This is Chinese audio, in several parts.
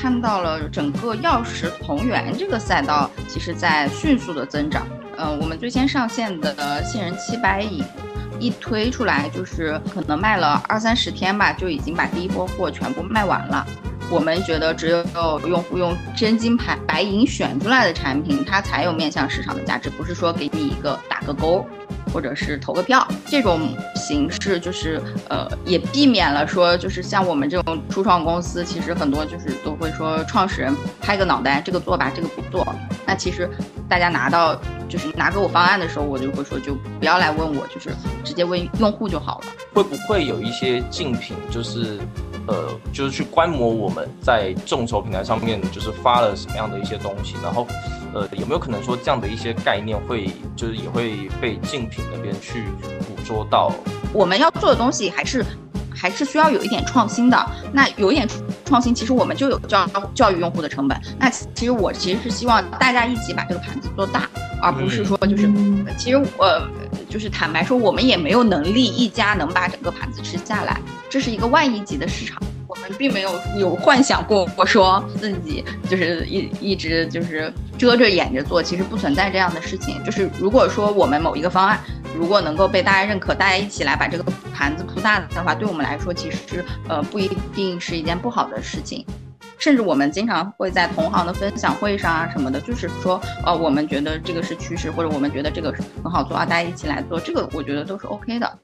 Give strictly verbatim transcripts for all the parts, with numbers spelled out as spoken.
看到了整个药食同源这个赛道其实在迅速的增长。呃，我们最先上线的杏仁七百饮一推出来，就是可能卖了二三十天吧，就已经把第一波货全部卖完了。我们觉得只有用户用真金牌白银选出来的产品，它才有面向市场的价值，不是说给你一个打个勾或者是投个票这种形式，就是呃也避免了说就是像我们这种初创公司，其实很多就是都会说创始人拍个脑袋，这个做吧，这个不做。那其实大家拿到就是拿给我方案的时候，我就会说就不要来问我，就是直接问用户就好了。 会不会有一些竞品就是呃，就是去观摩我们在众筹平台上面就是发了什么样的一些东西，然后呃，有没有可能说这样的一些概念会就是也会被竞品那边去捕捉到？ 我们要做的东西还是还是需要有一点创新的。那有一点创新，其实我们就有教教育用户的成本。那其实我其实是希望大家一起把这个盘子做大，而不是说就是、嗯、其实我就是坦白说，我们也没有能力一家能把整个盘子吃下来，这是一个万亿级的市场。我们并没有有幻想过说自己就是一一直就是遮着掩着做，其实不存在这样的事情。就是如果说我们某一个方案如果能够被大家认可，大家一起来把这个盘子铺大的话，对我们来说其实呃不一定是一件不好的事情。甚至我们经常会在同行的分享会上啊什么的，就是说呃我们觉得这个是趋势，或者我们觉得这个很好做啊，大家一起来做，这个我觉得都是 OK 的。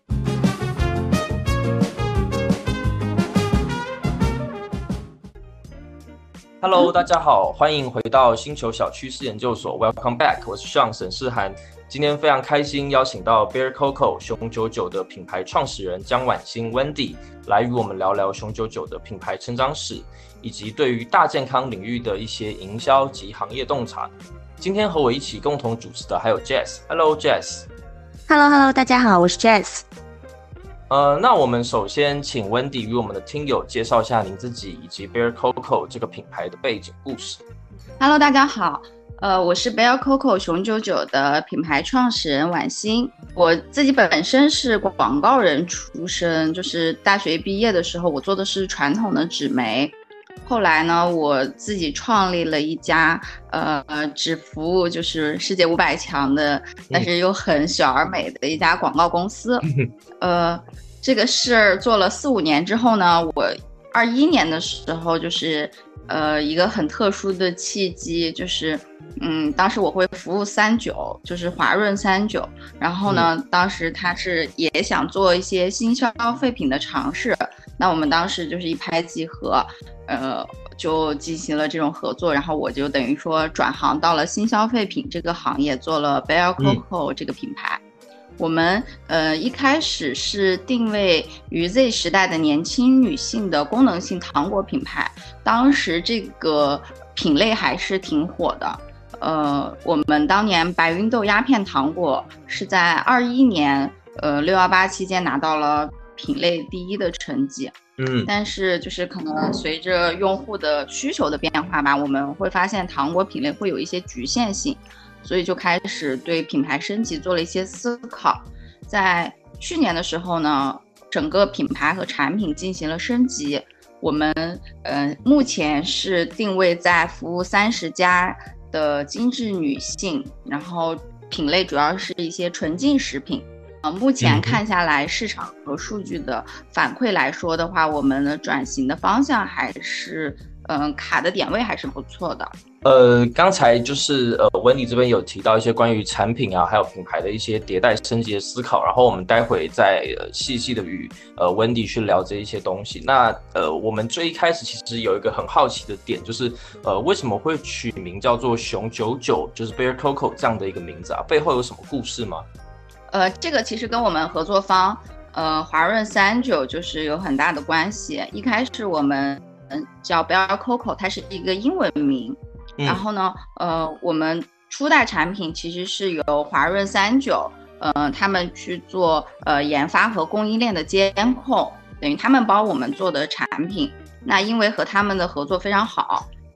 Hello， 大家好，欢迎回到星球小趋势研究所 ，Welcome back， 我是 Sean 沈世涵。今天非常开心邀请到 Bear Coco 熊九九的品牌创始人江婉欣 Wendy 来与我们聊聊熊九九的品牌成长史，以及对于大健康领域的一些营销及行业洞察。今天和我一起共同主持的还有 Jess。Hello Jess。Hello Hello， 大家好，我是 Jess。 呃，那我们首先请 Wendy 与我们的听友介绍一下您自己以及 Bear Coco 这个品牌的背景故事。 Hello， 大家好，呃，我是 Bear Coco 熊九九的品牌创始人婉欣。我自己本身是广告人出身，就是大学毕业的时候，我做的是传统的纸媒。后来呢，我自己创立了一家呃只服务就是世界五百强的，但是又很小而美的一家广告公司。呃，这个事儿做了四五年之后呢，我二一年的时候就是呃一个很特殊的契机，就是嗯当时我会服务三九，就是华润三九，然后呢、嗯、当时他是也想做一些新消费品的尝试，那我们当时就是一拍即合，呃就进行了这种合作，然后我就等于说转行到了新消费品这个行业，做了 Bear Coco 这个品牌。嗯，我们呃一开始是定位于 Z 时代的年轻女性的功能性糖果品牌，当时这个品类还是挺火的。呃，我们当年白芸豆鸦片糖果是在二一年呃六一八期间拿到了品类第一的成绩。嗯，但是就是可能随着用户的需求的变化吧，我们会发现糖果品类会有一些局限性。所以就开始对品牌升级做了一些思考。在去年的时候呢，整个品牌和产品进行了升级。我们呃目前是定位在服务三十家的精致女性，然后品类主要是一些纯净食品。呃，目前看下来，市场和数据的反馈来说的话，我们的转型的方向还是嗯、呃、卡的点位还是不错的。 呃，刚才就是呃，Wendy 这边有提到一些关于产品啊，还有品牌的一些迭代升级的思考，然后我们待会再呃细细的与呃 Wendy 去聊这一些东西。那呃，我们最一开始其实有一个很好奇的点，就是呃，为什么会取名叫做熊九九，就是 Bear Coco 这样的一个名字啊？背后有什么故事吗？ 呃，这个其实跟我们合作方呃华润三九就是有很大的关系。一开始我们叫 Bear Coco， 它是一个英文名。然后呢，呃，我们初代产品其实是由华润三九，呃，他们去做呃研发和供应链的监控，等于他们帮我们做的产品。那因为和他们的合作非常好，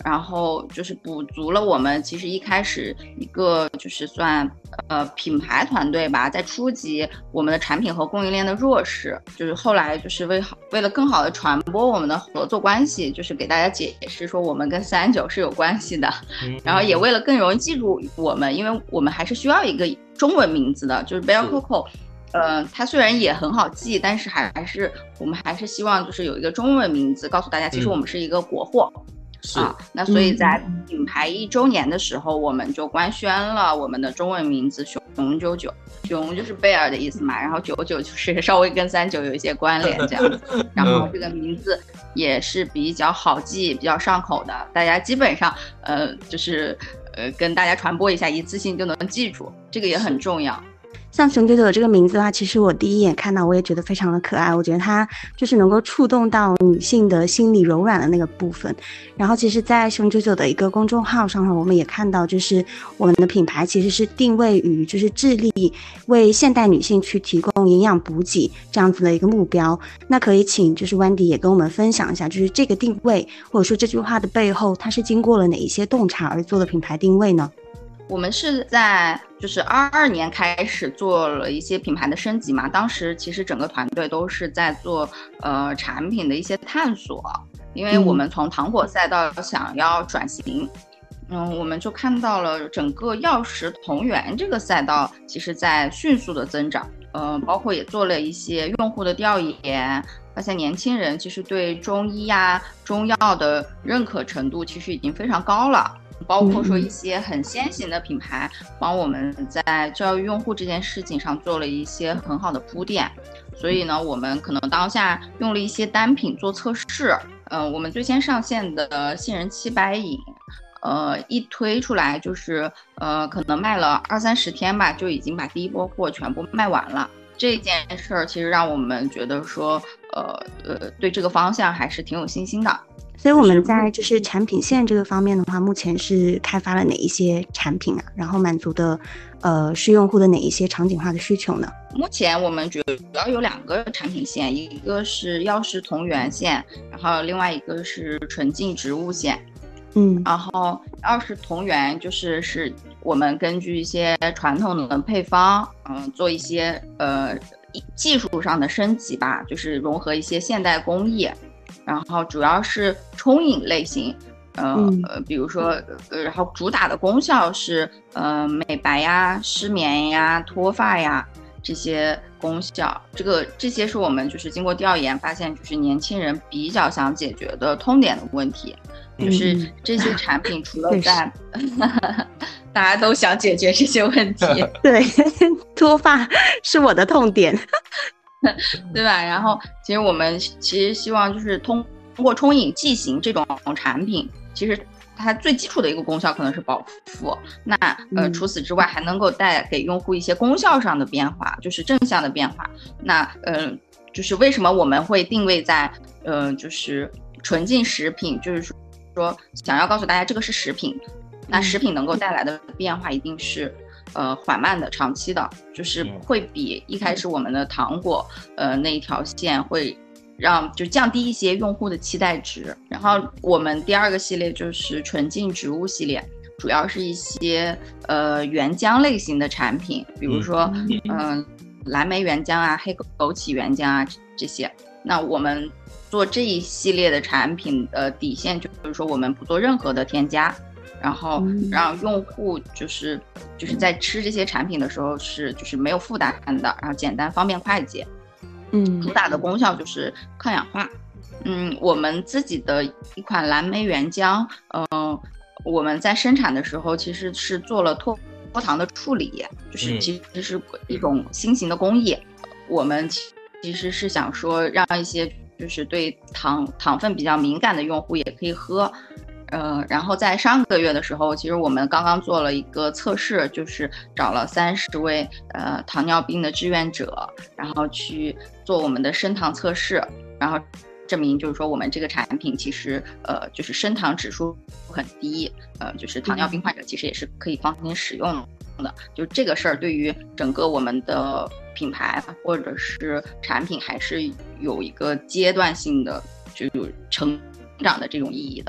然后就是补足了我们其实一开始一个就是算呃品牌团队吧，在初级我们的产品和供应链的弱势，就是后来就是为好为了更好的传播我们的合作关系，就是给大家解释说我们跟三九是有关系的，然后也为了更容易记住我们，因为我们还是需要一个中文名字的，就是 Bear Coco。呃，它虽然也很好记，但是还是我们还是希望就是有一个中文名字，告诉大家其实我们是一个国货。嗯是啊，那所以在品牌一周年的时候，我们就官宣了我们的中文名字熊九九，熊就是贝尔的意思嘛，然后九九就是稍微跟三九有一些关联这样子，然后这个名字也是比较好记、比较上口的，大家基本上呃就是呃跟大家传播一下，一次性就能记住，这个也很重要。 像熊九九这个名字的话，其实我第一眼看到我也觉得非常的可爱，我觉得它就是能够触动到女性的心理柔软的那个部分。然后其实在熊九九的一个公众号上我们也看到，就是我们的品牌其实是定位于就是致力为现代女性去提供营养补给这样子的一个目标。那可以请就是 Wendy 也跟我们分享一下，就是这个定位或者说这句话的背后，它是经过了哪一些洞察而做的品牌定位呢？ 我们是在就是二二年开始做了一些品牌的升级嘛，当时其实整个团队都是在做呃产品的一些探索，因为我们从糖果赛道想要转型，嗯，我们就看到了整个药食同源这个赛道其实在迅速的增长，呃，包括也做了一些用户的调研，发现年轻人其实对中医呀、中药的认可程度其实已经非常高了。包括说一些很先行的品牌帮我们在教育用户这件事情上做了一些很好的铺垫，所以呢我们可能当下用了一些单品做测试，呃，我们最先上线的杏仁七白饮呃，一推出来就是呃，可能卖了二三十天吧，就已经把第一波货全部卖完了。这件事儿其实让我们觉得说呃呃，对这个方向还是挺有信心的。 所以我们在就是产品线这个方面的话，目前是开发了哪一些产品啊？然后满足的呃是用户的哪一些场景化的需求呢？ 目前我们主要有两个产品线，一个是药食同源线，然后另外一个是纯净植物线。 嗯， 然后药食同源就是是我们根据一些传统的配方，嗯、呃，做一些呃技术上的升级吧，就是融合一些现代工艺。然后主要是冲饮类型，呃、嗯、呃，比如说，呃，然后主打的功效是呃美白呀、失眠呀、脱发呀这些功效。这个这些是我们就是经过调研发现，就是年轻人比较想解决的痛点的问题。就是这些产品除了在、嗯、大家都想解决这些问题， 对，脱发是我的痛点。 对吧？然后其实我们其实希望就是通过冲饮剂型这种产品，其实它最基础的一个功效可能是饱腹，那呃除此之外还能够带给用户一些功效上的变化，就是正向的变化。那呃就是为什么我们会定位在呃就是纯净食品，就是说想要告诉大家这个是食品，那食品能够带来的变化一定是呃，缓慢的、长期的，就是会比一开始我们的糖果，呃，那一条线会让就降低一些用户的期待值。然后我们第二个系列就是纯净植物系列，主要是一些呃原浆类型的产品，比如说嗯、呃、蓝莓原浆啊、黑枸杞原浆啊这些。那我们做这一系列的产品的底线就是说，我们不做任何的添加。然后让用户就是就是在吃这些产品的时候是就是没有负担的，然后简单方便快捷。嗯，主打的功效就是抗氧化。嗯，我们自己的一款蓝莓原浆，嗯、呃，我们在生产的时候其实是做了脱脱糖的处理，就是其实是一种新型的工艺。我们其实是想说让一些就是对糖糖分比较敏感的用户也可以喝。呃，然后在上个月的时候，其实我们刚刚做了一个测试，就是找了三十位呃糖尿病的志愿者，然后去做我们的升糖测试，然后证明就是说我们这个产品其实呃就是升糖指数很低，呃就是糖尿病患者其实也是可以放心使用的。就这个事儿对于整个我们的品牌或者是产品还是有一个阶段性的就有成长的这种意义的。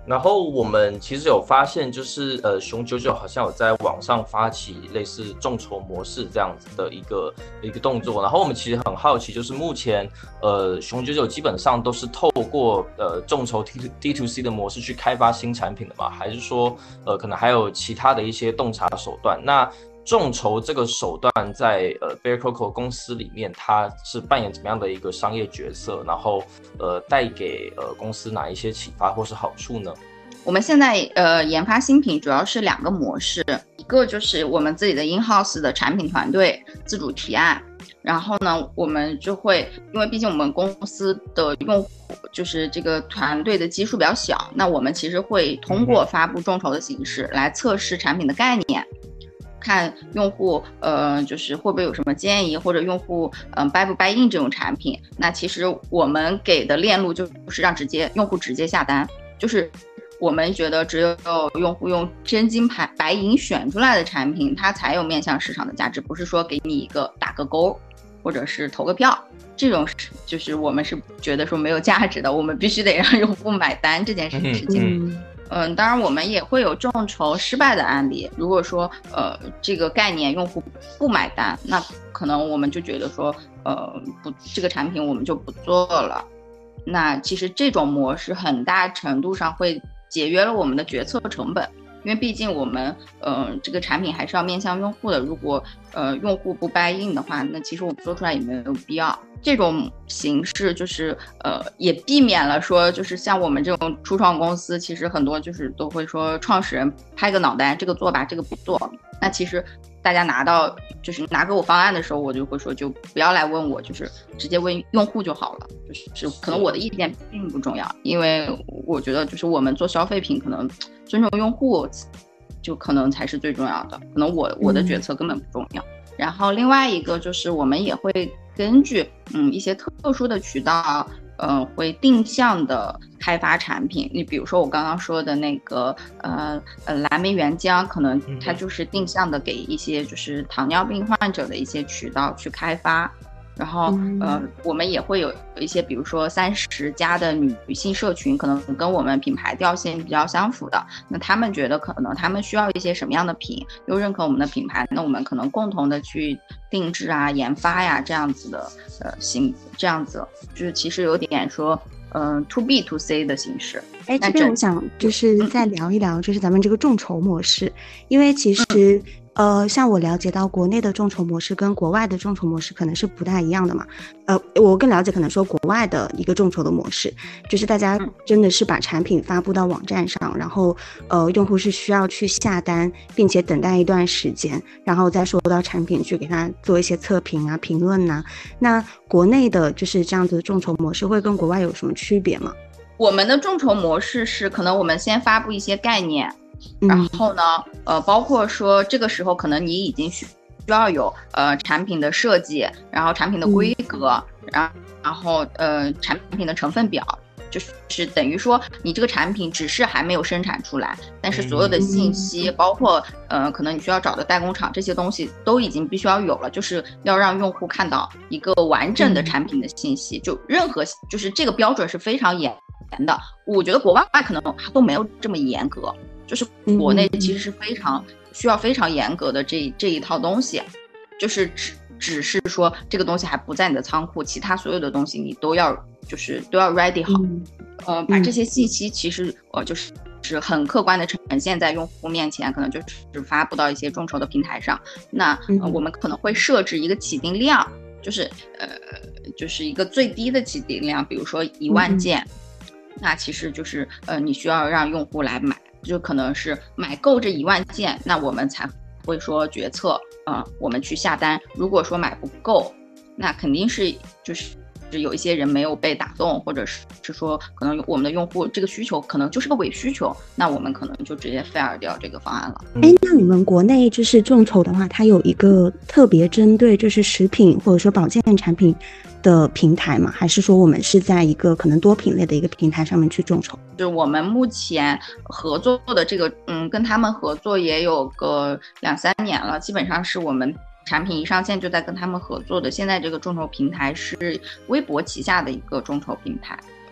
然后我们其实有发现，就是呃，熊九九好像有在网上发起类似众筹模式这样子的一个一个动作。然后我们其实很好奇，就是目前呃，熊九九基本上都是透过呃众筹 D to C 的模式去开发新产品的嘛，还是说呃可能还有其他的一些洞察手段？那众筹这个手段在呃 Bear Coco 公司里面，它是扮演怎么样的一个商业角色？然后呃带给呃公司哪一些启发或是好处呢？ 我们现在呃研发新品主要是两个模式，一个就是我们自己的 in-house 的产品团队自主提案，然后呢我们就会，因为毕竟我们公司的用户就是这个团队的基数比较小，那我们其实会通过发布众筹的形式来测试产品的概念，看用户呃就是会不会有什么建议，或者用户嗯、呃、buy 不 buy in 这种产品。那其实我们给的链路就是让直接用户直接下单，就是我们觉得只有用户用真金白银选出来的产品，它才有面向市场的价值，不是说给你一个打个勾或者是投个票，这种就是我们是觉得说没有价值的，我们必须得让用户买单这件事情。嗯嗯，当然我们也会有众筹失败的案例。如果说呃这个概念用户不买单，那可能我们就觉得说呃不这个产品我们就不做了。那其实这种模式很大程度上会节约了我们的决策成本，因为毕竟我们呃这个产品还是要面向用户的。如果呃用户不 buy in 的话，那其实我们做出来也没有必要。这种形式就是呃也避免了说就是像我们这种初创公司，其实很多就是都会说创始人拍个脑袋，这个做吧，这个不做。那其实大家拿到就是拿给我方案的时候，我就会说就不要来问我，就是直接问用户就好了。就是可能我的意见并不重要，因为我觉得就是我们做消费品，可能尊重用户就可能才是最重要的，可能我我的决策根本不重要。嗯、然后另外一个就是我们也会根据嗯一些特殊的渠道，呃，会定向的开发产品。你比如说我刚刚说的那个呃呃蓝莓原浆，可能它就是定向的给一些就是糖尿病患者的一些渠道去开发。然后呃我们也会有一些比如说三十加的女性社群，可能跟我们品牌调性比较相符的，那他们觉得可能他们需要一些什么样的品，又认可我们的品牌，那我们可能共同的去定制啊研发呀这样子的呃形这样子就是其实有点说嗯、呃、to B to C 的形式。 哎，这边我想就是再聊一聊就是咱们这个众筹模式，因为其实、嗯呃，像我了解到国内的众筹模式跟国外的众筹模式可能是不太一样的嘛。呃，我更了解可能说国外的一个众筹的模式，就是大家真的是把产品发布到网站上，然后呃，用户是需要去下单，并且等待一段时间，然后再收到产品去给他做一些测评啊、评论啊。那国内的就是这样子的众筹模式会跟国外有什么区别吗？ 我们的众筹模式是可能我们先发布一些概念。然后呢，呃，包括说这个时候可能你已经需需要有呃产品的设计，然后产品的规格，嗯、然后然后呃产品的成分表，就是等于说你这个产品只是还没有生产出来，但是所有的信息，嗯、包括呃可能你需要找的代工厂这些东西都已经必须要有了，就是要让用户看到一个完整的产品的信息，嗯、就任何就是这个标准是非常严的，我觉得国外可能都没有这么严格。就是国内其实是非常需要非常严格的这这一套东西，就是只只是说这个东西还不在你的仓库，其他所有的东西你都要就是都要 ready 好，嗯、呃，把这些信息其实呃就是是很客观的呈现在用户面前，可能就是发布到一些众筹的平台上。那、呃、我们可能会设置一个起订量，就是呃就是一个最低的起订量，比如说一万件，嗯、那其实就是呃你需要让用户来买。就可能是买够这一万件，那我们才会说决策，呃，我们去下单。如果说买不够，那肯定是就是有一些人没有被打动，或者是是说可能我们的用户这个需求可能就是个伪需求，那我们可能就直接 fire 掉这个方案了。 哎，那你们国内就是众筹的话，它有一个特别针对就是食品或者说保健产品的平台吗？还是说我们是在一个可能多品类的一个平台上面去众筹？ 就是我们目前合作的这个，嗯，跟他们合作也有个两三年了，基本上是我们产品一上线就在跟他们合作的。现在这个众筹平台是微博旗下的一个众筹平台。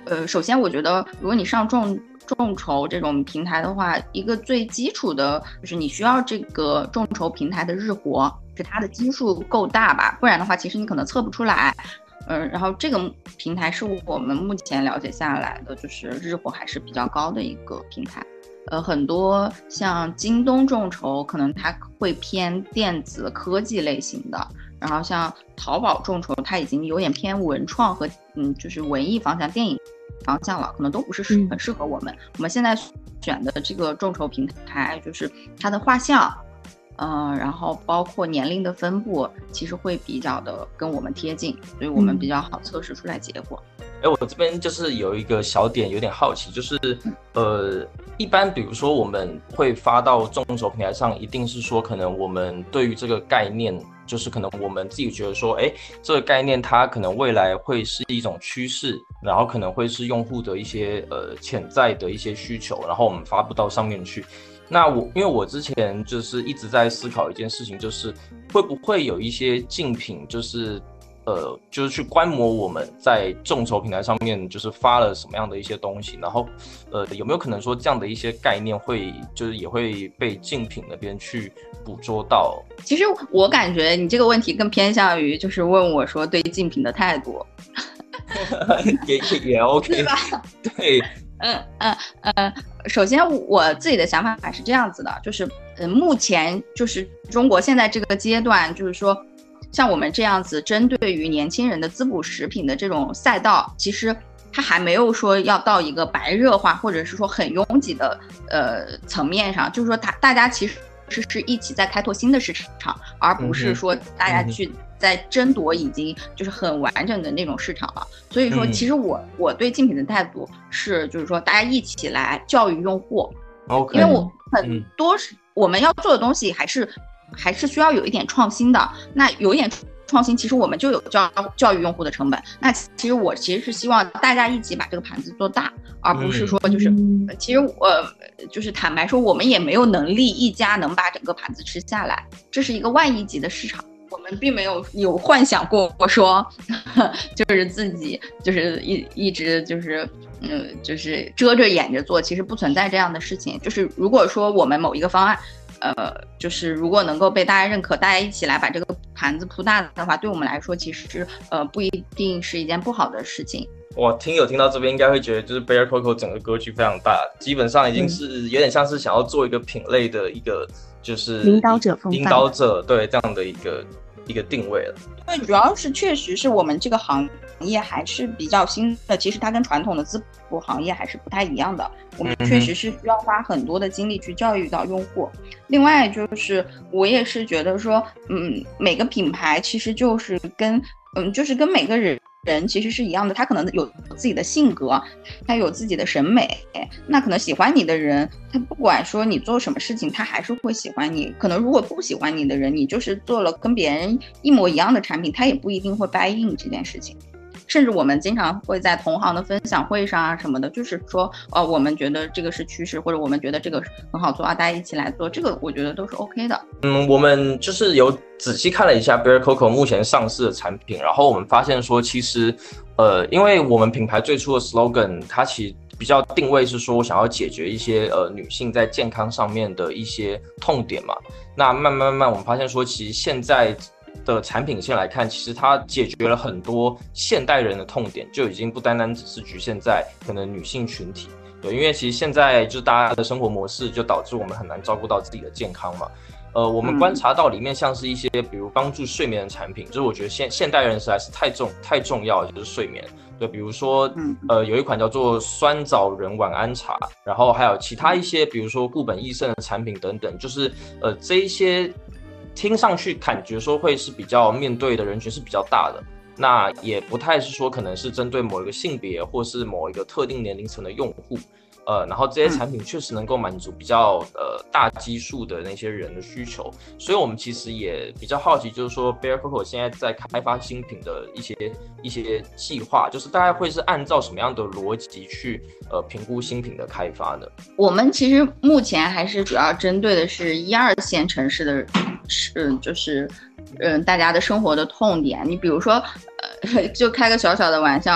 呃，首先我觉得如果你上众众筹这种平台的话，一个最基础的就是你需要这个众筹平台的日活，是它的基数够大吧，不然的话其实你可能测不出来。嗯、呃，然后这个平台是我们目前了解下来的，就是日活还是比较高的一个平台。呃，很多像京东众筹，可能它会偏电子科技类型的，然后像淘宝众筹，它已经有点偏文创和嗯，就是文艺方向、电影方向了，可能都不是很适合我们。嗯、我们现在选的这个众筹平台，就是它的画像，呃，然后包括年龄的分布，其实会比较的跟我们贴近，所以我们比较好测试出来结果。 哎，我这边就是有一个小点有点好奇，就是呃，一般比如说我们会发到众筹平台上，一定是说可能我们对于这个概念，就是可能我们自己觉得说，哎，这个概念它可能未来会是一种趋势，然后可能会是用户的一些呃潜在的一些需求，然后我们发布到上面去。那我因为我之前就是一直在思考一件事情，就是会不会有一些竞品，就是呃，就是去观摩我们在众筹平台上面就是发了什么样的一些东西，然后呃，有没有可能说这样的一些概念会就是也会被竞品那边去捕捉到？ 其实我感觉你这个问题更偏向于就是问我说对竞品的态度， 也也也 OK 对吧？ 对。 嗯嗯呃，首先我自己的想法是这样子的，就是呃，目前就是中国现在这个阶段，就是说像我们这样子针对于年轻人的滋补食品的这种赛道，其实它还没有说要到一个白热化或者是说很拥挤的呃层面上，就是说它大家其实是一起在开拓新的市场，而不是说大家去在争夺已经就是很完整的那种市场了。所以说其实我我对竞品的态度是就是说大家一起来教育用户， okay, 因为我很多是我们要做的东西还是还是需要有一点创新的，那有一点创新其实我们就有教教育用户的成本，那其实我其实是希望大家一起把这个盘子做大，而不是说就是、嗯、其实我、呃、就是坦白说我们也没有能力一家能把整个盘子吃下来，这是一个万亿级的市场，我们并没有有幻想过说就是自己就是一一直就是嗯就是遮着掩着做，其实不存在这样的事情。就是如果说我们某一个方案呃，就是如果能够被大家认可，大家一起来把这个盘子铺大的话，对我们来说其实呃不一定是一件不好的事情。 哇，听友听到这边应该会觉得就是 Bear Coco 整个格局非常大，基本上已经是有点像是想要做一个品类的一个就是领导者风范， 领导者对这样的一个一个定位了。 对，主要是确实是我们这个行业还是比较新的，其实它跟传统的滋补行业还是不太一样的，我们确实是需要花很多的精力去教育到用户。另外就是我也是觉得说嗯，每个品牌其实就是跟嗯，就是跟每个人人其实是一样的，他可能有自己的性格，他有自己的审美，那可能喜欢你的人，他不管说你做什么事情，他还是会喜欢你。可能如果不喜欢你的人，你就是做了跟别人一模一样的产品，他也不一定会 buy in 这件事情。甚至我们经常会在同行的分享会上啊什么的，就是说呃，我们觉得这个是趋势，或者我们觉得这个很好做啊，大家一起来做，这个我觉得都是 OK 的。 嗯，我们就是有仔细看了一下 Bear Coco 目前上市的产品，然后我们发现说其实呃，因为我们品牌最初的 slogan 它其实比较定位是说想要解决一些呃女性在健康上面的一些痛点嘛，那慢慢慢慢我们发现说其实现在的产品线来看，其实它解决了很多现代人的痛点，就已经不单单只是局限在可能女性群体。对，因为其实现在就是大家的生活模式就导致我们很难照顾到自己的健康嘛。呃，我们观察到里面像是一些比如帮助睡眠的产品，就是我觉得现现代人实在是太重太重要的就是睡眠。对，比如说呃有一款叫做酸枣仁晚安茶，然后还有其他一些比如说固本益生的产品等等，就是呃这一些听上去感觉说会是比较面对的人群是比较大的，那也不太是说可能是针对某一个性别或是某一个特定年龄层的用户，呃，然后这些产品确实能够满足比较呃大基数的那些人的需求，所以我们其实也比较好奇，就是说 Bear Coco 现在在开发新品的一些一些计划，就是大概会是按照什么样的逻辑去呃评估新品的开发呢？ 我们其实目前还是主要针对的是一二线城市的，是就是嗯大家的生活的痛点。你比如说呃就开个小小的玩笑。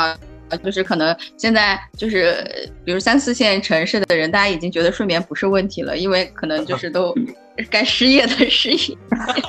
就是可能现在就是比如三四线城市的人，大家已经觉得睡眠不是问题了，因为可能就是都该失业的失业，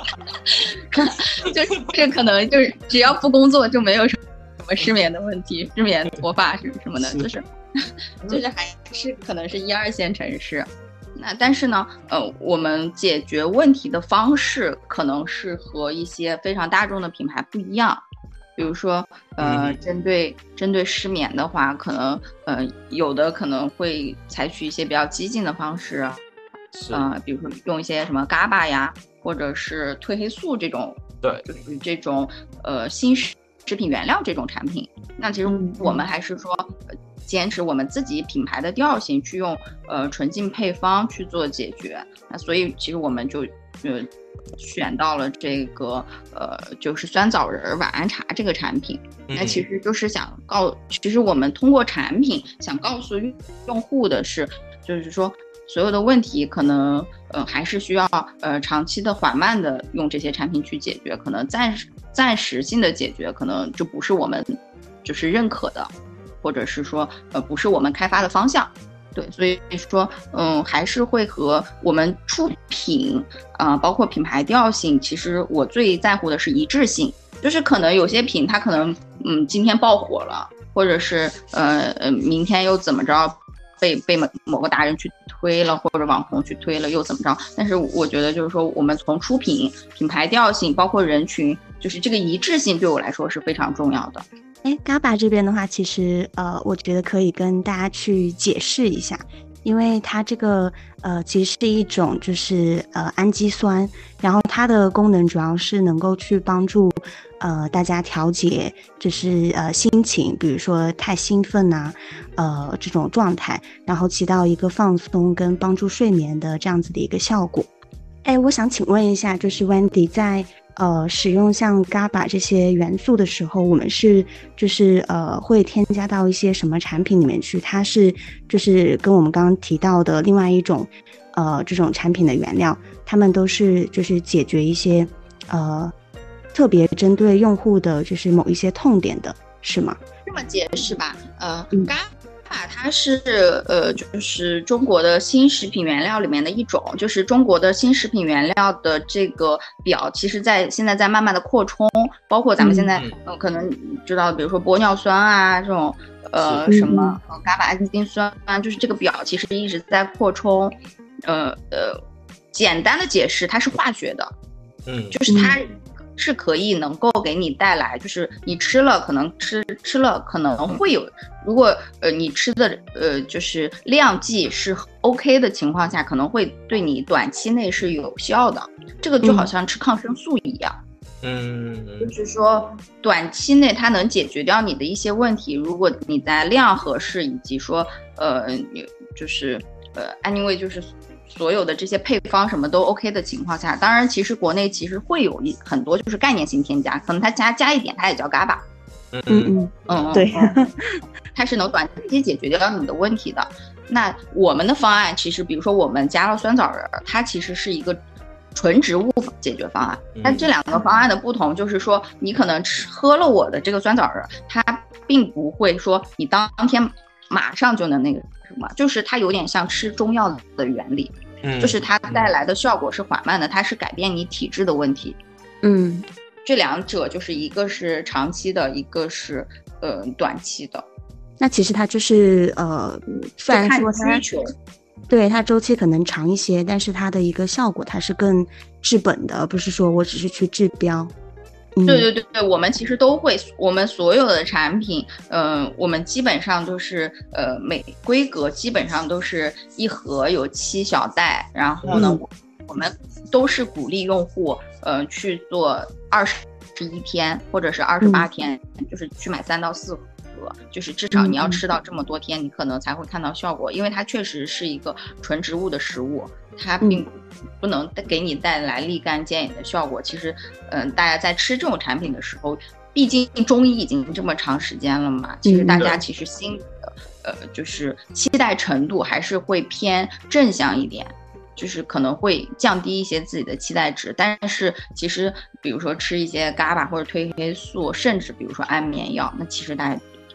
就是这可能就是只要不工作就没有什么失眠的问题，失眠脱发什么什么的，就是就是还是可能是一二线城市。那但是呢，呃，我们解决问题的方式可能是和一些非常大众的品牌不一样。比如说，呃，针对针对失眠的话，可能呃有的可能会采取一些比较激进的方式，呃，比如说用一些什么 G A B A 呀，或者是褪黑素这种， 对， 就是这种呃新食品原料这种产品。那其实我们还是说，呃、坚持我们自己品牌的调性，去用呃纯净配方去做解决。那所以其实我们就呃。选到了这个呃，就是酸枣仁晚安茶这个产品，那其实就是想告，其实我们通过产品想告诉用户的是，就是说所有的问题可能呃还是需要呃长期的缓慢的用这些产品去解决，可能暂时暂时性的解决可能就不是我们就是认可的，或者是说呃不是我们开发的方向。对，所以说，嗯，还是会和我们出品，啊、呃，包括品牌调性，其实我最在乎的是一致性。就是可能有些品它可能，嗯，今天爆火了，或者是呃呃，明天又怎么着，被被某某个达人去推了，或者网红去推了，又怎么着？但是我觉得就是说，我们从出品、品牌调性，包括人群，就是这个一致性，对我来说是非常重要的。 哎 ，G A B A 这边的话，其实呃，我觉得可以跟大家去解释一下，因为它这个呃，其实是一种就是呃氨基酸，然后它的功能主要是能够去帮助呃大家调节就是呃心情，比如说太兴奋啊，呃这种状态，然后起到一个放松跟帮助睡眠的这样子的一个效果。哎，我想请问一下，就是 Wendy 在呃使用像 G A B A 这些元素的时候，我们是就是呃会添加到一些什么产品里面去？它是就是跟我们刚刚提到的另外一种呃这种产品的原料，它们都是就是解决一些呃特别针对用户的就是某一些痛点的，是吗？ 这么解释吧，呃， 嗯 G A B A 它是呃，就是中国的新食品原料里面的一种，就是中国的新食品原料的这个表，其实在现在在慢慢的扩充，包括咱们现在、嗯呃、可能知道，比如说玻尿酸啊这种，呃什么 G A B A 氨基丁酸，就是这个表其实一直在扩充，呃呃，简单的解释，它是化学的，嗯，就是它。是可以能够给你带来，就是你吃了可能吃吃了可能会有，如果呃你吃的呃就是量剂是 OK 的情况下，可能会对你短期内是有效的。这个就好像吃抗生素一样，嗯，就是说短期内它能解决掉你的一些问题。如果你在量合适，以及说呃就是呃 anyway 就是。所有的这些配方什么都 OK 的情况下，当然其实国内其实会有一很多就是概念性添加，可能它加加一点它也叫 G A B A， 嗯嗯嗯，对， 它是能短期解决掉你的问题的。那我们的方案其实比如说我们加了酸枣仁，它其实是一个纯植物解决方案。但这两个方案的不同就是说，你可能吃喝了我的这个酸枣仁，它并不会说你当天马上就能那个什么，就是它有点像吃中药的原理，嗯，就是它带来的效果是缓慢的，它是改变你体质的问题，嗯，这两者就是一个是长期的，一个是呃短期的。 那其实它就是呃，虽然说它对它周期可能长一些，但是它的一个效果它是更治本的，而不是说我只是去治标。 对对对对，我们其实都会，我们所有的产品，呃，我们基本上都是，呃，每规格基本上都是一盒有七小袋，然后呢，嗯、我们都是鼓励用户，呃，去做二十一天或者是二十八天，嗯、就是去买三到四盒。就是至少你要吃到这么多天，嗯、你可能才会看到效果，因为它确实是一个纯植物的食物，它并不能给你带来立竿见影的效果。其实，嗯、呃，大家在吃这种产品的时候，毕竟中医已经这么长时间了嘛，其实大家其实心里的，呃，就是期待程度还是会偏正向一点。就是可能会降低一些自己的期待值，但是其实比如说吃一些 G A B A 或者褪黑素，甚至比如说安眠药，那其实大家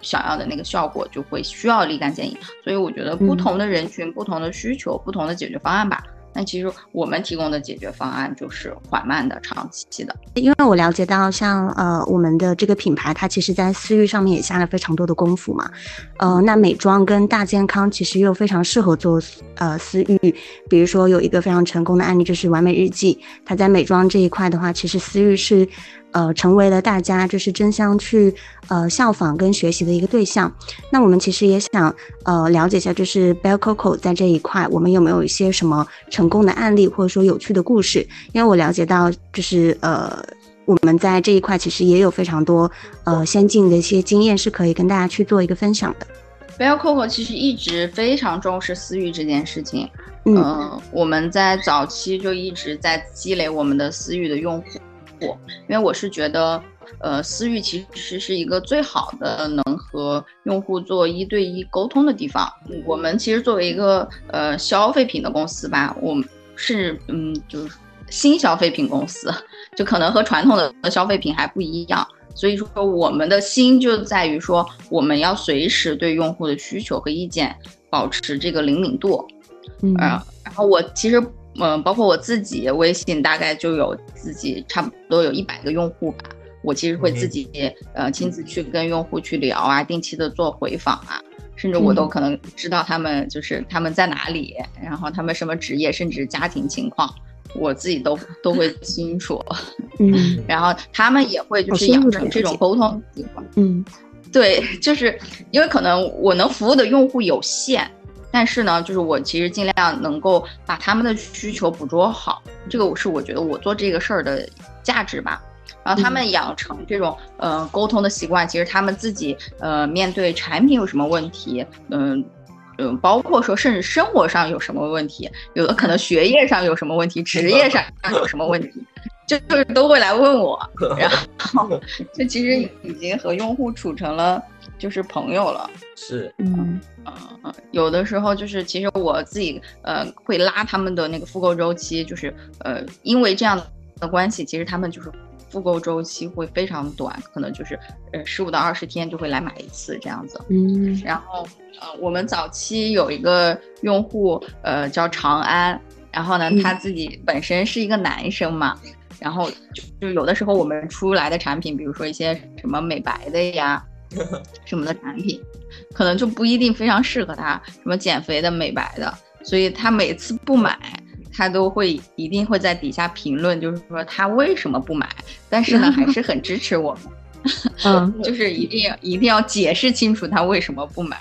想要的那个效果，就会需要立竿见影。所以我觉得不同的人群、嗯、不同的需求、不同的解决方案吧。那其实我们提供的解决方案就是缓慢的、长期的。 因为我了解到像呃我们的这个品牌，它其实在私域上面也下了非常多的功夫嘛。呃，那美妆跟大健康其实又非常适合做呃私域。比如说有一个非常成功的案例就是完美日记，它在美妆这一块的话，其实私域是呃成为了大家就是争相去呃效仿跟学习的一个对象。那我们其实也想呃了解一下，就是 Belle Coco 在这一块，我们有没有一些什么成功的案例或者说有趣的故事？因为我了解到就是呃我们在这一块其实也有非常多呃先进的一些经验是可以跟大家去做一个分享的。 Belle Coco 其实一直非常重视私域这件事情。 嗯、 呃，我们在早期就一直在积累我们的私域的用户，因为我是觉得呃，私域其实是一个最好的能和用户做一对一沟通的地方。我们其实作为一个呃消费品的公司吧，我们是嗯就是新消费品公司，就可能和传统的消费品还不一样。所以说我们的心就在于说，我们要随时对用户的需求和意见保持这个灵敏度。 嗯， 呃、然后我其实嗯、呃，包括我自己微信大概就有自己差不多有一百个用户吧。我其实会自己、嗯、呃亲自去跟用户去聊啊，定期的做回访啊，甚至我都可能知道他们就是他们在哪里，嗯、然后他们什么职业，甚至家庭情况，我自己都都会清楚。 嗯， 然后他们也会就是养成这种沟通习惯。 嗯， 对，就是因为可能我能服务的用户有限，但是呢，就是我其实尽量能够把他们的需求捕捉好，这个是我觉得我做这个事儿的价值吧。然后他们养成这种呃沟通的习惯，其实他们自己呃面对产品有什么问题，嗯嗯、呃，包括说甚至生活上有什么问题，有的可能学业上有什么问题，职业上有什么问题，就就是都会来问我，然后就其实已经和用户处成了就是朋友了。 是， 嗯嗯，有的时候就是其实我自己呃会拉他们的那个复购周期，就是呃因为这样的关系，其实他们就是复购周期会非常短，可能就是呃十五到二十天就会来买一次这样子。 嗯， 然后呃我们早期有一个用户呃叫长安，然后呢他自己本身是一个男生嘛，然后就就有的时候我们出来的产品，比如说一些什么美白的呀什么的产品，可能就不一定非常适合他，什么减肥的、美白的，所以他每次不买他都会一定会在底下评论，就是说他为什么不买，但是呢还是很支持我们。嗯，就是一定要一定要解释清楚他为什么不买。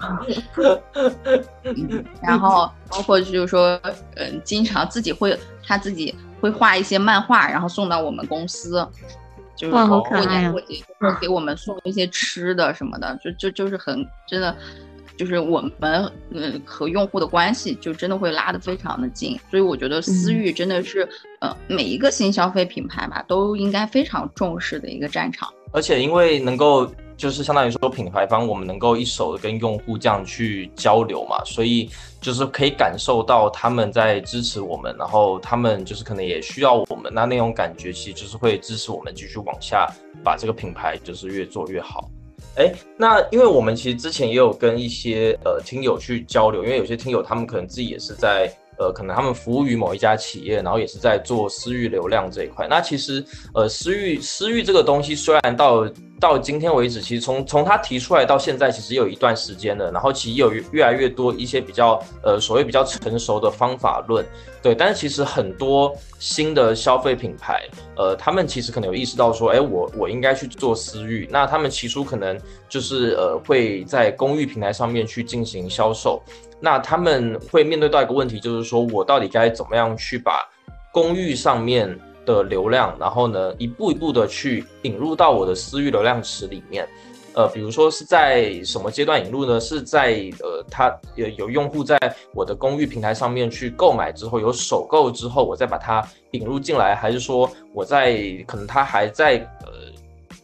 嗯、然后包括就是说嗯、呃，经常自己会他自己会画一些漫画，然后送到我们公司，就是说过年过节会给我们送一些吃的什么的，就就就是很真的就是我们嗯和用户的关系就真的会拉得非常的近。所以我觉得私域真的是、嗯、呃每一个新消费品牌吧都应该非常重视的一个战场。 而且因为能够就是相当于说品牌方我们能够一手的跟用户这样去交流嘛，所以就是可以感受到他们在支持我们，然后他们就是可能也需要我们，那那种感觉其实就是会支持我们继续往下把这个品牌就是越做越好。哎，那因为我们其实之前也有跟一些呃听友去交流，因为有些听友他们可能自己也是在呃，可能他们服务于某一家企业，然后也是在做私域流量这一块。那其实呃，私域私域这个东西，虽然到到今天为止，其实从从他提出来到现在，其实也有一段时间了。然后其实有越来越多一些比较呃所谓比较成熟的方法论，对。但是其实很多新的消费品牌，呃，他们其实可能有意识到说，哎，我我应该去做私域。那他们起初可能就是呃会在公域平台上面去进行销售。那他们会面对到一个问题，就是说我到底该怎么样去把公域上面的流量，然后呢一步一步的去引入到我的私域流量池里面。呃，比如说是在什么阶段引入呢？是在呃，他有有用户在我的公域平台上面去购买之后，有首购之后，我再把它引入进来，还是说我在可能他还在呃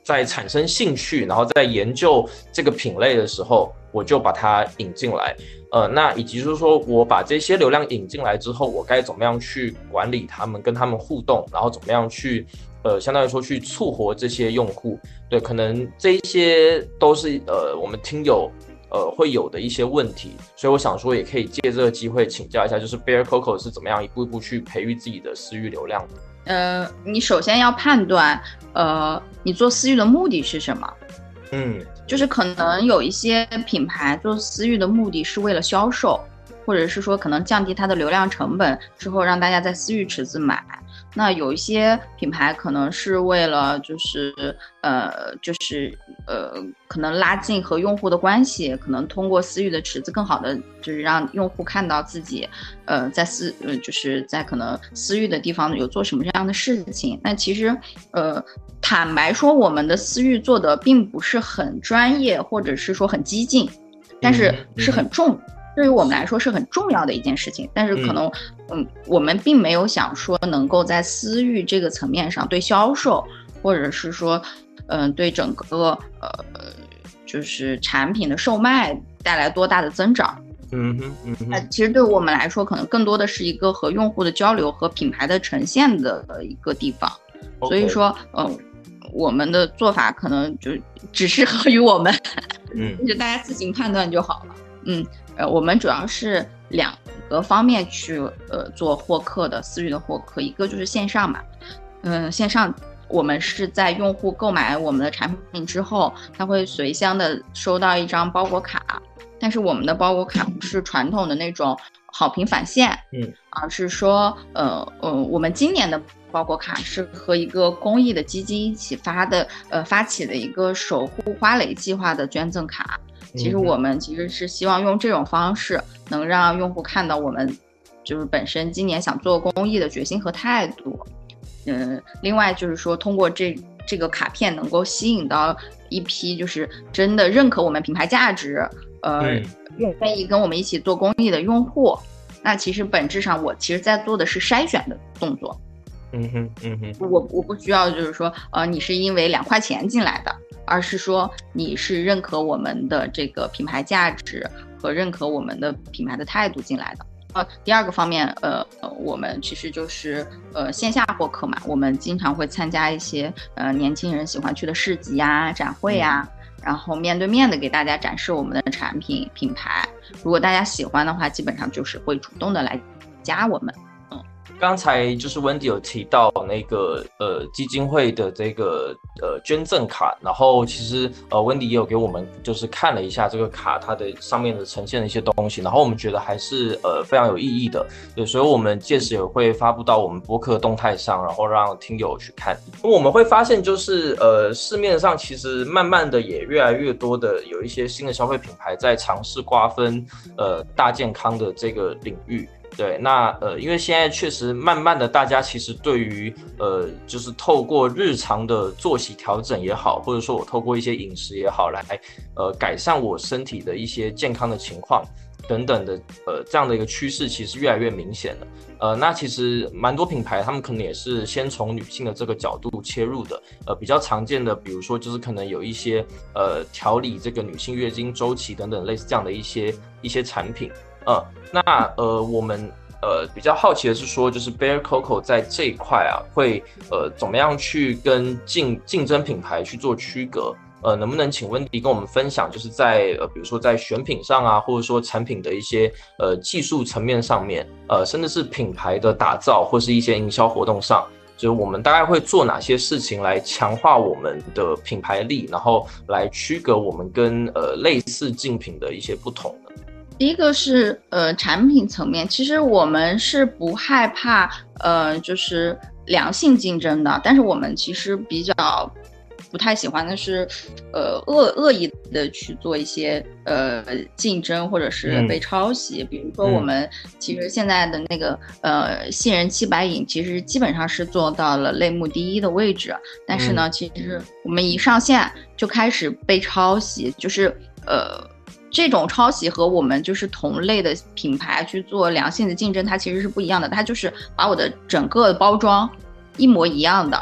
在产生兴趣，然后在研究这个品类的时候，我就把它引进来。呃，那以及就是说我把这些流量引进来之后，我该怎么样去管理他们，跟他们互动，然后怎么样去呃，相当于说去促活这些用户。对，可能这一些都是呃我们听友呃会有的一些问题，所以我想说也可以借这个机会请教一下，就是 Bear Coco 是怎么样一步一步去培育自己的私域流量的。 呃，你首先要判断，呃，你做私域的目的是什么？ 嗯， 就是可能有一些品牌做私域的目的是为了销售，或者是说可能降低它的流量成本之后让大家在私域池子买。那有一些品牌可能是为了就是呃就是呃可能拉近和用户的关系，可能通过私域的池子更好的就是让用户看到自己呃在私呃就是在可能私域的地方有做什么这样的事情。那其实呃坦白说，我们的私域做的并不是很专业，或者是说很激进，但是是很重。嗯嗯对于我们来说是很重要的一件事情，但是可能 嗯, 嗯，我们并没有想说能够在私域这个层面上对销售，或者是说嗯、呃，对整个呃就是产品的售卖带来多大的增长。 嗯哼嗯哼， 那其实对我们来说可能更多的是一个和用户的交流和品牌的呈现的一个地方。Okay. 所以说嗯、呃，我们的做法可能就只适合于我们，嗯，就大家自行判断就好了。嗯，呃，我们主要是两个方面去呃做获客的私域的获客，一个就是线上嘛，嗯、呃，线上我们是在用户购买我们的产品之后，他会随箱的收到一张包裹卡，但是我们的包裹卡不是传统的那种好评返现， 嗯， 而是说呃呃，我们今年的包裹卡是和一个公益的基金一起发的，呃发起的一个守护花蕾计划的捐赠卡。其实我们其实是希望用这种方式能让用户看到我们就是本身今年想做公益的决心和态度。嗯，另外就是说通过这这个卡片能够吸引到一批就是真的认可我们品牌价值，呃，愿意跟我们一起做公益的用户。那其实本质上我其实在做的是筛选的动作。 嗯哼嗯哼， 我我不需要就是说呃你是因为两块钱进来的，而是说你是认可我们的这个品牌价值和认可我们的品牌的态度进来的。呃，第二个方面，呃，我们其实就是呃线下获客嘛，我们经常会参加一些呃年轻人喜欢去的市集啊、展会啊，嗯、然后面对面的给大家展示我们的产品品牌。如果大家喜欢的话，基本上就是会主动的来加我们。 刚才就是 Wendy 有提到那个呃基金会的这个呃捐赠卡，然后其实呃 Wendy 也有给我们就是看了一下这个卡它的上面的呈现的一些东西，然后我们觉得还是呃非常有意义的，对，所以我们届时也会发布到我们播客动态上，然后让听友去看。我们会发现就是呃市面上其实慢慢的也越来越多的有一些新的消费品牌在尝试瓜分呃大健康的这个领域。对，那呃，因为现在确实慢慢的，大家其实对于呃，就是透过日常的作息调整也好，或者说我透过一些饮食也好，来呃改善我身体的一些健康的情况等等的，呃，这样的一个趋势其实越来越明显了。呃，那其实蛮多品牌他们可能也是先从女性的这个角度切入的，呃，比较常见的，比如说就是可能有一些呃调理这个女性月经周期等等类似这样的一些一些产品。呃，那呃，我们呃比较好奇的是说，就是 Bear Coco 在这一块啊，会呃怎么样去跟竞竞争品牌去做区隔？呃，能不能请Wendy跟我们分享，就是在呃比如说在选品上啊，或者说产品的一些呃技术层面上面，呃，甚至是品牌的打造或是一些营销活动上，就是我们大概会做哪些事情来强化我们的品牌力，然后来区隔我们跟呃类似竞品的一些不同呢？ 第一个是呃产品层面，其实我们是不害怕呃就是良性竞争的，但是我们其实比较不太喜欢的是呃恶恶意的去做一些呃竞争或者是被抄袭、嗯、比如说我们其实现在的那个呃杏仁七百饮其实基本上是做到了类目第一的位置，但是呢、嗯、其实我们一上线就开始被抄袭，就是呃这种抄袭和我们就是同类的品牌去做良性的竞争它其实是不一样的，它就是把我的整个包装一模一样的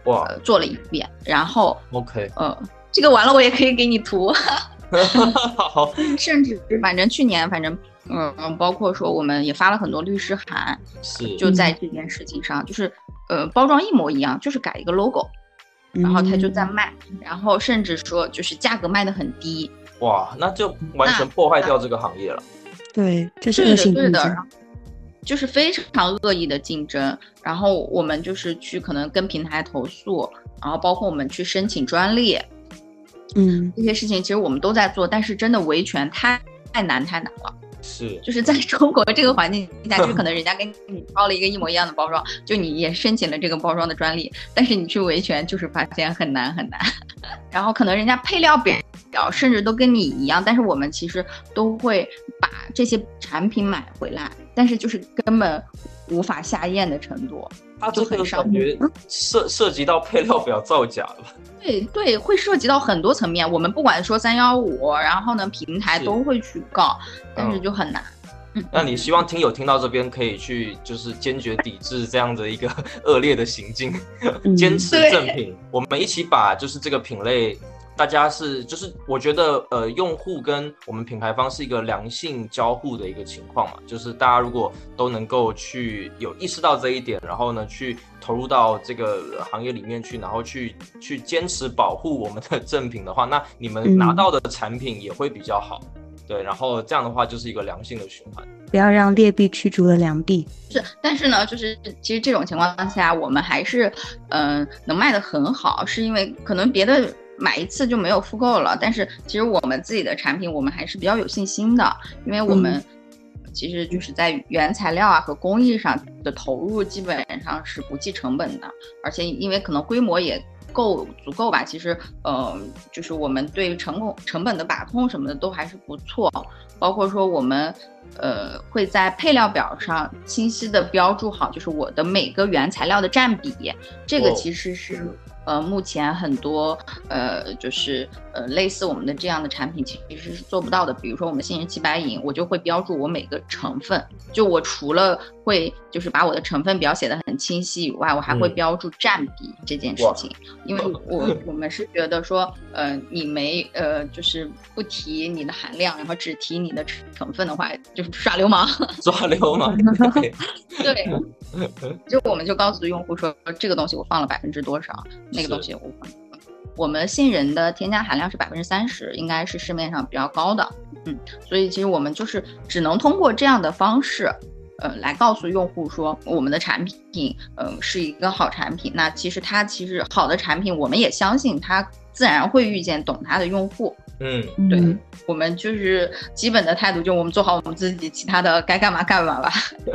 哇、 呃、做了一遍，然后 OK 呃这个完了我也可以给你图好， 甚至反正去年反正嗯，包括说我们也发了很多律师函， 是就在这件事情上，就是呃包装一模一样，就是改一个 logo， 然后他就在卖，嗯、然后甚至说就是价格卖得很低， 哇，那就完全破坏掉这个行业了。 对，这是恶性竞争， 就是非常恶意的竞争。然后我们就是去可能跟平台投诉，然后包括我们去申请专利， 嗯， 这些事情其实我们都在做，但是真的维权太太难太难了。 是， 就是在中国这个环境下，就是可能人家跟你包了一个一模一样的包装，就你也申请了这个包装的专利，但是你去维权就是发现很难很难。然后可能人家配料表甚至都跟你一样，但是我们其实都会把这些产品买回来，但是就是根本无法下咽的程度， 它这个感觉涉涉及到配料表造假了。 对对，会涉及到很多层面。我们不管说三幺五，然后呢平台都会去告，但是就很难。 嗯，那你希望听友听到这边可以去就是坚决抵制这样的一个恶劣的行径，坚持正品。我们一起把就是这个品类。大家是就是我觉得呃用户跟我们品牌方是一个良性交互的一个情况嘛，就是大家如果都能够去有意识到这一点，然后呢去投入到这个行业里面去，然后去去坚持保护我们的正品的话，那你们拿到的产品也会比较好。嗯，对，然后这样的话就是一个良性的循环， 不要让劣币驱逐了良币。 是，但是呢，就是其实这种情况下，我们还是嗯、呃、能卖得很好，是因为可能别的买一次就没有复购了，但是其实我们自己的产品我们还是比较有信心的，因为我们其实就是在原材料啊和工艺上的投入基本上是不计成本的，而且因为可能规模也够足够吧，其实呃就是我们对成本成本的把控什么的都还是不错，包括说我们呃会在配料表上清晰的标注好，就是我的每个原材料的占比，这个其实是、哦呃，目前很多呃，就是呃，类似我们的这样的产品其实是做不到的。比如说我们杏仁七白饮，我就会标注我每个成分，就我除了会就是把我的成分表写得很清晰以外，我还会标注占比这件事情，嗯、因为我我们是觉得说，呃，你没呃，就是不提你的含量，然后只提你的成分的话，就是耍流氓， 耍流氓。 对，就我们就告诉用户说，这个东西我放了百分之多少。那个东西我我们杏仁的添加含量是百分之三十，应该是市面上比较高的，嗯，所以其实我们就是只能通过这样的方式，呃，来告诉用户说我们的产品，嗯、呃，是一个好产品。那其实它其实好的产品，我们也相信它自然会遇见懂它的用户。 嗯， 对，我们就是基本的态度，就我们做好我们自己，其他的该干嘛干嘛吧。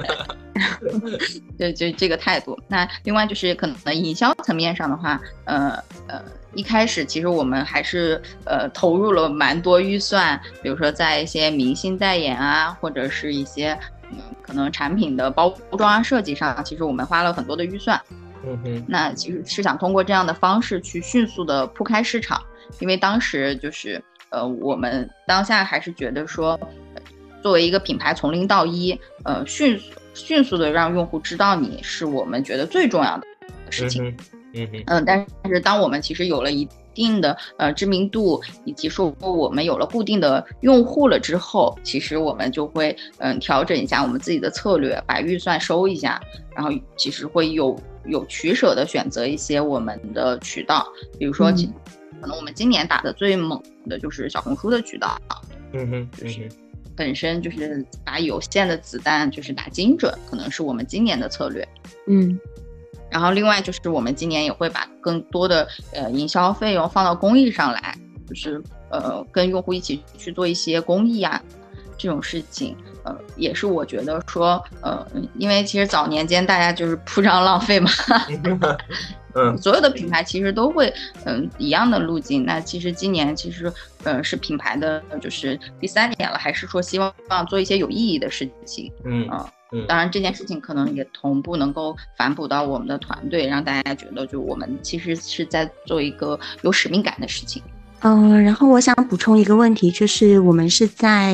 对，就这个态度。那另外就是可能营销层面上的话，呃呃，一开始其实我们还是呃投入了蛮多预算，比如说在一些明星代言啊，或者是一些嗯可能产品的包装设计上，其实我们花了很多的预算。 嗯哼， 那其实是想通过这样的方式去迅速的铺开市场，因为当时就是呃我们当下还是觉得说，呃、作为一个品牌从零到一，呃迅速迅速的让用户知道你是我们觉得最重要的事情。 嗯哼， 嗯、呃，但是当我们其实有了一定的呃知名度，以及说我们有了固定的用户了之后，其实我们就会嗯、呃、调整一下我们自己的策略，把预算收一下，然后其实会有有取舍的选择一些我们的渠道，比如说、嗯、可能我们今年打的最猛的就是小红书的渠道。 嗯哼， 就是本身就是把有限的子弹就是打精准，可能是我们今年的策略。 嗯。 然后另外就是我们今年也会把更多的呃营销费用放到公益上来，就是呃跟用户一起去做一些公益啊这种事情，呃也是我觉得说呃因为其实早年间大家就是铺张浪费嘛，嗯，所有的品牌其实都会嗯、呃、一样的路径。那其实今年其实呃是品牌的就是第三年了，还是说希望做一些有意义的事情， 嗯啊。呃当然这件事情可能也同步能够反哺到我们的团队，让大家觉得就我们其实是在做一个有使命感的事情。 嗯、呃，然后我想补充一个问题，就是我们是在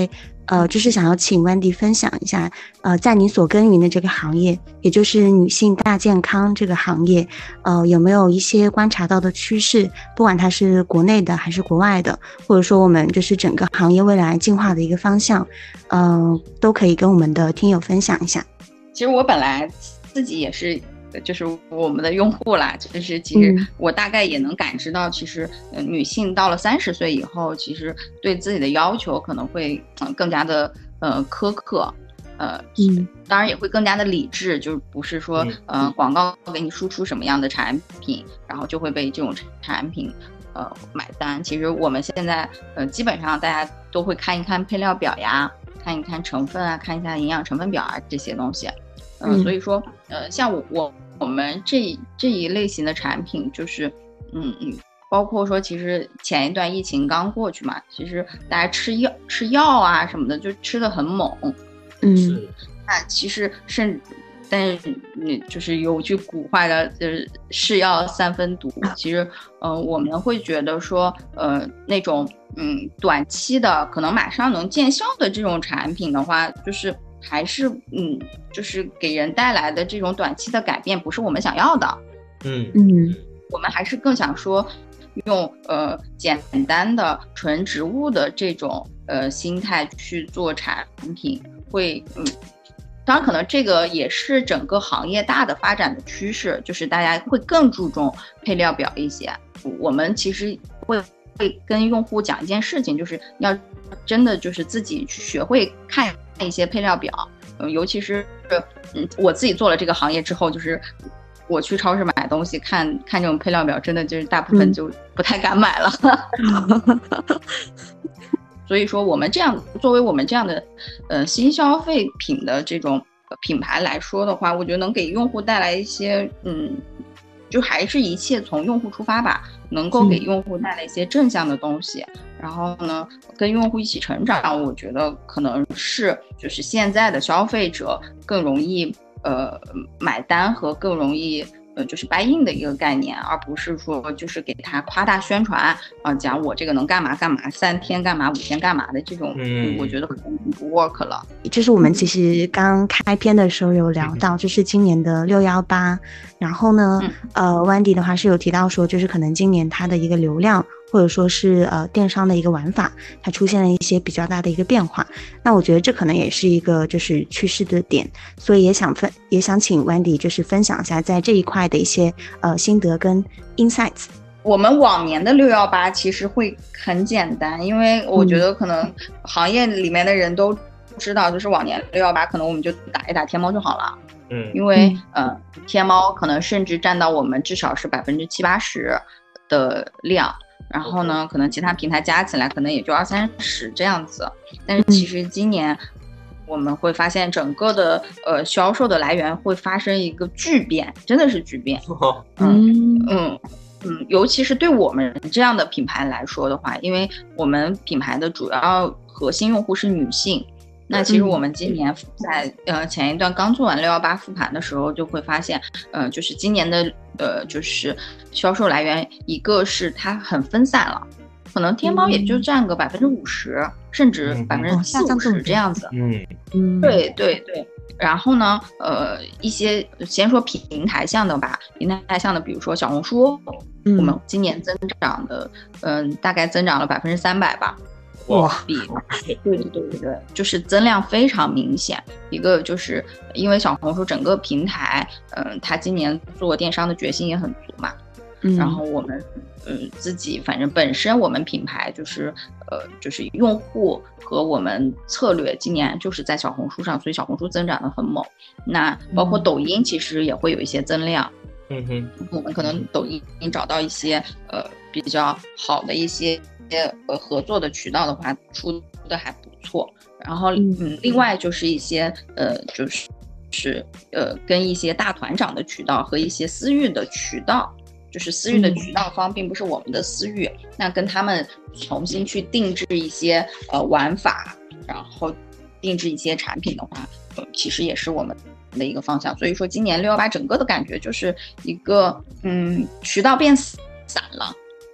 呃，就是想要请 Wendy 分享一下，呃，在你所耕耘的这个行业，也就是女性大健康这个行业，呃，有没有一些观察到的趋势，不管它是国内的还是国外的，或者说我们就是整个行业未来进化的一个方向，嗯、呃，都可以跟我们的听友分享一下。 其实我本来自己也是。就是我们的用户啦，就是其实我大概也能感知到，其实、呃、女性到了三十岁以后，其实对自己的要求可能会、呃、更加的呃苛刻，呃，嗯，当然也会更加的理智，就是不是说呃广告给你输出什么样的产品，然后就会被这种产品呃买单。其实我们现在呃基本上大家都会看一看配料表呀，看一看成分啊，看一下营养成分表啊这些东西，呃、嗯，所以说呃像我我。我们这这一类型的产品就是嗯嗯，包括说其实前一段疫情刚过去嘛，其实大家吃药吃药啊什么的就吃得很猛， 嗯， 那其实甚至但是你就是有句古话的就是是药三分毒，其实呃我们会觉得说呃那种嗯短期的可能马上能见效的这种产品的话，就是还是嗯，就是给人带来的这种短期的改变不是我们想要的， 嗯嗯， 我们还是更想说用呃简单的纯植物的这种呃心态去做产品，会嗯，当然可能这个也是整个行业大的发展的趋势，就是大家会更注重配料表一些。我们其实会会跟用户讲一件事情，就是要真的就是自己去学会看一些配料表，嗯，尤其是嗯，我自己做了这个行业之后，就是我去超市买东西，看看这种配料表，真的就是大部分就不太敢买了。嗯、所以说，我们这样作为我们这样的呃新消费品的这种品牌来说的话，我觉得能给用户带来一些嗯，就还是一切从用户出发吧，能够给用户带来一些正向的东西。然后呢，跟用户一起成长，我觉得可能是就是现在的消费者更容易呃买单和更容易呃就是 buy in 的一个概念，而不是说就是给他夸大宣传啊、呃，讲我这个能干嘛干嘛，三天干嘛五天干嘛的这种，嗯，我觉得可能不 work 了。 这是我们其实刚开篇的时候有聊到，就是今年的六一八，然后呢，嗯、呃 ，Wendy 的话是有提到说，就是可能今年它的一个流量。或者说是呃电商的一个玩法，它出现了一些比较大的一个变化。那我觉得这可能也是一个就是趋势的点，所以也想分也想请 Wendy 就是分享一下在这一块的一些呃心得跟 insights。 我们往年的六一八其实会很简单，因为我觉得可能行业里面的人都知道，就是往年六一八可能我们就打一打天猫就好了。 嗯， 因为呃天猫可能甚至占到我们至少是百分之七八十的量。然后呢，可能其他平台加起来可能也就二三十这样子，但是其实今年我们会发现整个的呃销售的来源会发生一个巨变，真的是巨变。嗯嗯嗯，尤其是对我们这样的品牌来说的话，因为我们品牌的主要核心用户是女性。那其实我们今年在呃前一段刚做完六一八复盘的时候，就会发现，呃，就是今年的呃就是销售来源，一个是它很分散了，可能天猫也就占个百分之五十，甚至百分之四五十这样子。 嗯嗯， 对对对。然后呢，呃，一些先说平台向的吧，平台向的，比如说小红书，嗯、我们今年增长的，嗯、呃，大概增长了百分之三百吧。 哇， 比对对对对对，就是增量非常明显。一个就是因为小红书整个平台，嗯、呃，它今年做电商的决心也很足嘛。嗯，然后我们嗯、呃、自己反正本身我们品牌就是呃就是用户和我们策略今年就是在小红书上，所以小红书增长的很猛。那包括抖音其实也会有一些增量。 嗯哼， 我们可能抖音找到一些呃比较好的一些。呃合作的渠道的话出的还不错，然后嗯，另外就是一些呃就是是呃跟一些大团长的渠道和一些私域的渠道，就是私域的渠道方并不是我们的私域，嗯、那跟他们重新去定制一些呃玩法，然后定制一些产品的话，呃、其实也是我们的一个方向。所以说今年六一八整个的感觉就是一个嗯渠道变散了。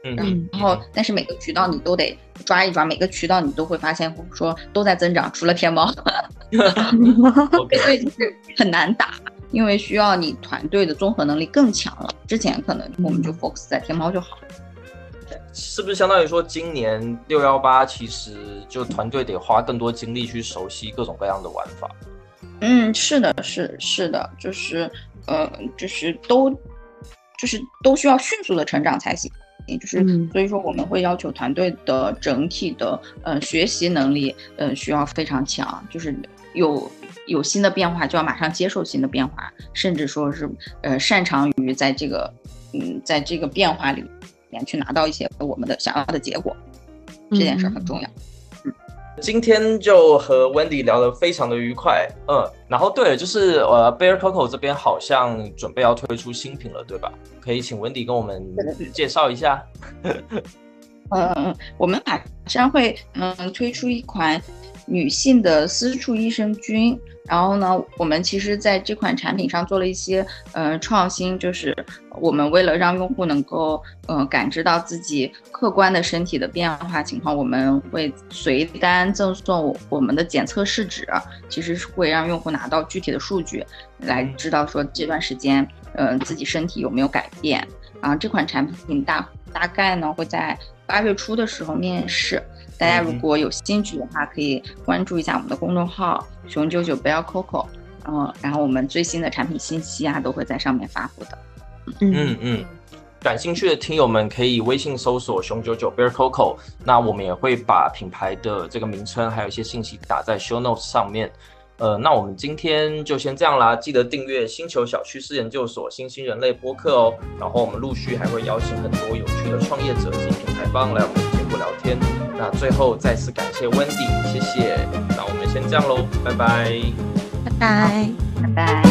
嗯， 然后但是每个渠道你都得抓一抓，每个渠道你都会发现说都在增长，除了天猫。 okay. 所以就是很难打，因为需要你团队的综合能力更强了。之前可能我们就 focus 在天猫就好。 是不是相当于说今年六一八其实就团队得花更多精力去熟悉各种各样的玩法？ 嗯，是的，是是的，就是呃，就是都就是都需要迅速的成长才行。就是、嗯、所以说我们会要求团队的整体的呃学习能力呃需要非常强，就是有有新的变化就要马上接受新的变化，甚至说是呃擅长于在这个嗯在这个变化里面去拿到一些我们的想要的结果，这件事很重要。 嗯，今天就和 Wendy 聊得非常的愉快，嗯，然后对了，就是呃 Bear Coco 这边好像准备要推出新品了，对吧？可以请 Wendy 跟我们介绍一下。 嗯，我们马上会嗯推出一款女性的私处益生菌，然后呢，我们其实在这款产品上做了一些呃创新，就是我们为了让用户能够呃感知到自己客观的身体的变化情况，我们会随单赠送我们的检测试纸，其实是会让用户拿到具体的数据，来知道说这段时间呃自己身体有没有改变。啊，这款产品大大概呢会在八月初的时候面世，大家如果有兴趣的话，可以关注一下我们的公众号熊九九 Bear Coco， 嗯，然后我们最新的产品信息啊都会在上面发布的。 嗯嗯，感兴趣的听友们可以微信搜索熊九九 Bear Coco， 那我们也会把品牌的这个名称还有一些信息打在 show notes 上面。呃，那我们今天就先这样啦，记得订阅星球小趋势研究所新兴人类播客哦。然后我们陆续还会邀请很多有趣的创业者及品牌方来我们的节目聊天。那最后再次感谢 Wendy， 谢谢。那我们先这样喽，拜拜， 拜拜， 拜拜。